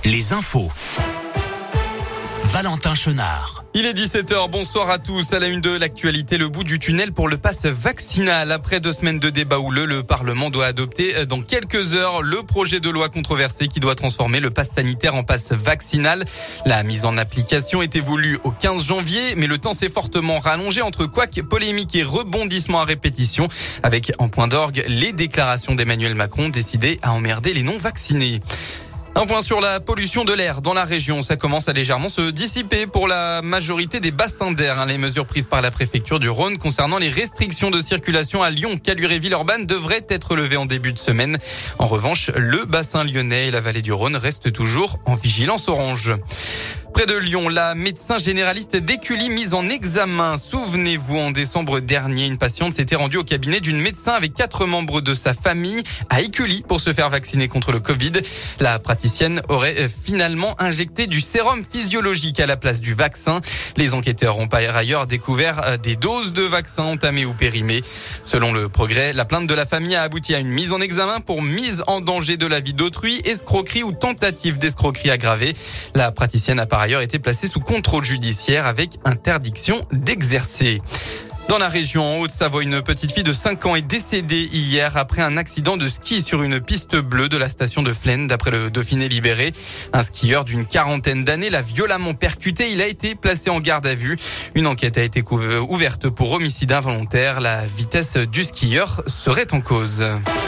les infos. Valentin Chenard. Il est 17h, bonsoir à tous. À la une de l'actualité, le bout du tunnel pour le pass vaccinal. Après 2 semaines de débats houleux, le Parlement doit adopter dans quelques heures le projet de loi controversé qui doit transformer le pass sanitaire en pass vaccinal. La mise en application était voulue au 15 janvier, mais le temps s'est fortement rallongé entre couacs, polémiques et rebondissements à répétition. Avec en point d'orgue les déclarations d'Emmanuel Macron décidé à emmerder les non-vaccinés. Un point sur la pollution de l'air dans la région. Ça commence à légèrement se dissiper pour la majorité des bassins d'air. Les mesures prises par la préfecture du Rhône concernant les restrictions de circulation à Lyon, Caluire et Villeurbanne devraient être levées en début de semaine. En revanche, le bassin lyonnais et la vallée du Rhône restent toujours en vigilance orange. Près de Lyon, la médecin généraliste d'Écully mise en examen. Souvenez-vous, en décembre dernier, une patiente s'était rendue au cabinet d'une médecin avec 4 membres de sa famille à Écully pour se faire vacciner contre le Covid. La praticienne aurait finalement injecté du sérum physiologique à la place du vaccin. Les enquêteurs ont par ailleurs découvert des doses de vaccins entamées ou périmées. Selon le Progrès, la plainte de la famille a abouti à une mise en examen pour mise en danger de la vie d'autrui, escroquerie ou tentative d'escroquerie aggravée. La praticienne a par ailleurs été placée sous contrôle judiciaire avec interdiction d'exercer. Dans la région en Haute-Savoie, une petite fille de 5 ans est décédée hier après un accident de ski sur une piste bleue de la station de Flaine, d'après le Dauphiné Libéré. Un skieur d'une 40aine d'années l'a violemment percuté. Il a été placé en garde à vue. Une enquête a été ouverte pour homicide involontaire. La vitesse du skieur serait en cause.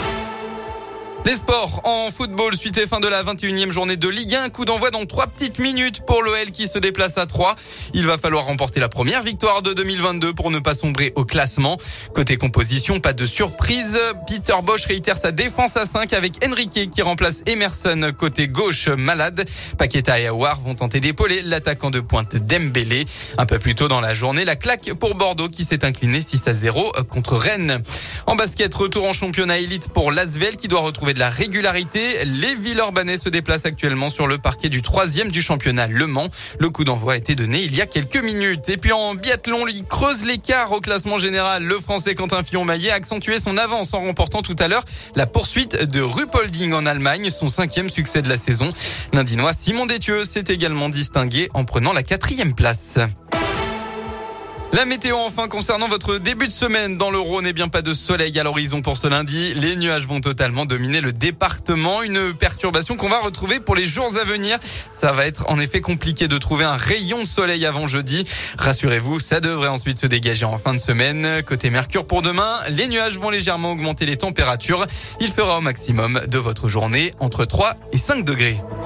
Les sports en football, suite et fin de la 21e journée de Ligue 1. Coup d'envoi dans 3 petites minutes pour l'OL qui se déplace à 3. Il va falloir remporter la première victoire de 2022 pour ne pas sombrer au classement. Côté composition, pas de surprise. Peter Bosz réitère sa défense à 5 avec Enrique qui remplace Emerson côté gauche malade. Paqueta et Aouar vont tenter d'épauler l'attaquant de pointe Dembélé. Un peu plus tôt dans la journée, la claque pour Bordeaux qui s'est incliné 6-0 contre Rennes. En basket, retour en championnat élite pour l'Asvel qui doit retrouver de la régularité. Les Villeurbanais se déplacent actuellement sur le parquet du 3e du championnat Le Mans. Le coup d'envoi a été donné il y a quelques minutes. Et puis en biathlon, il creuse l'écart au classement général. Le Français Quentin Fillon-Maillet a accentué son avance en remportant tout à l'heure la poursuite de Ruhpolding en Allemagne, son 5e succès de la saison. L'Indinois Simon Détieux s'est également distingué en prenant la 4e place. La météo enfin concernant votre début de semaine dans le Rhône, bien pas de soleil à l'horizon pour ce lundi. Les nuages vont totalement dominer le département. Une perturbation qu'on va retrouver pour les jours à venir. Ça va être en effet compliqué de trouver un rayon de soleil avant jeudi. Rassurez-vous, ça devrait ensuite se dégager en fin de semaine. Côté Mercure pour demain, les nuages vont légèrement augmenter les températures. Il fera au maximum de votre journée entre 3 et 5 degrés.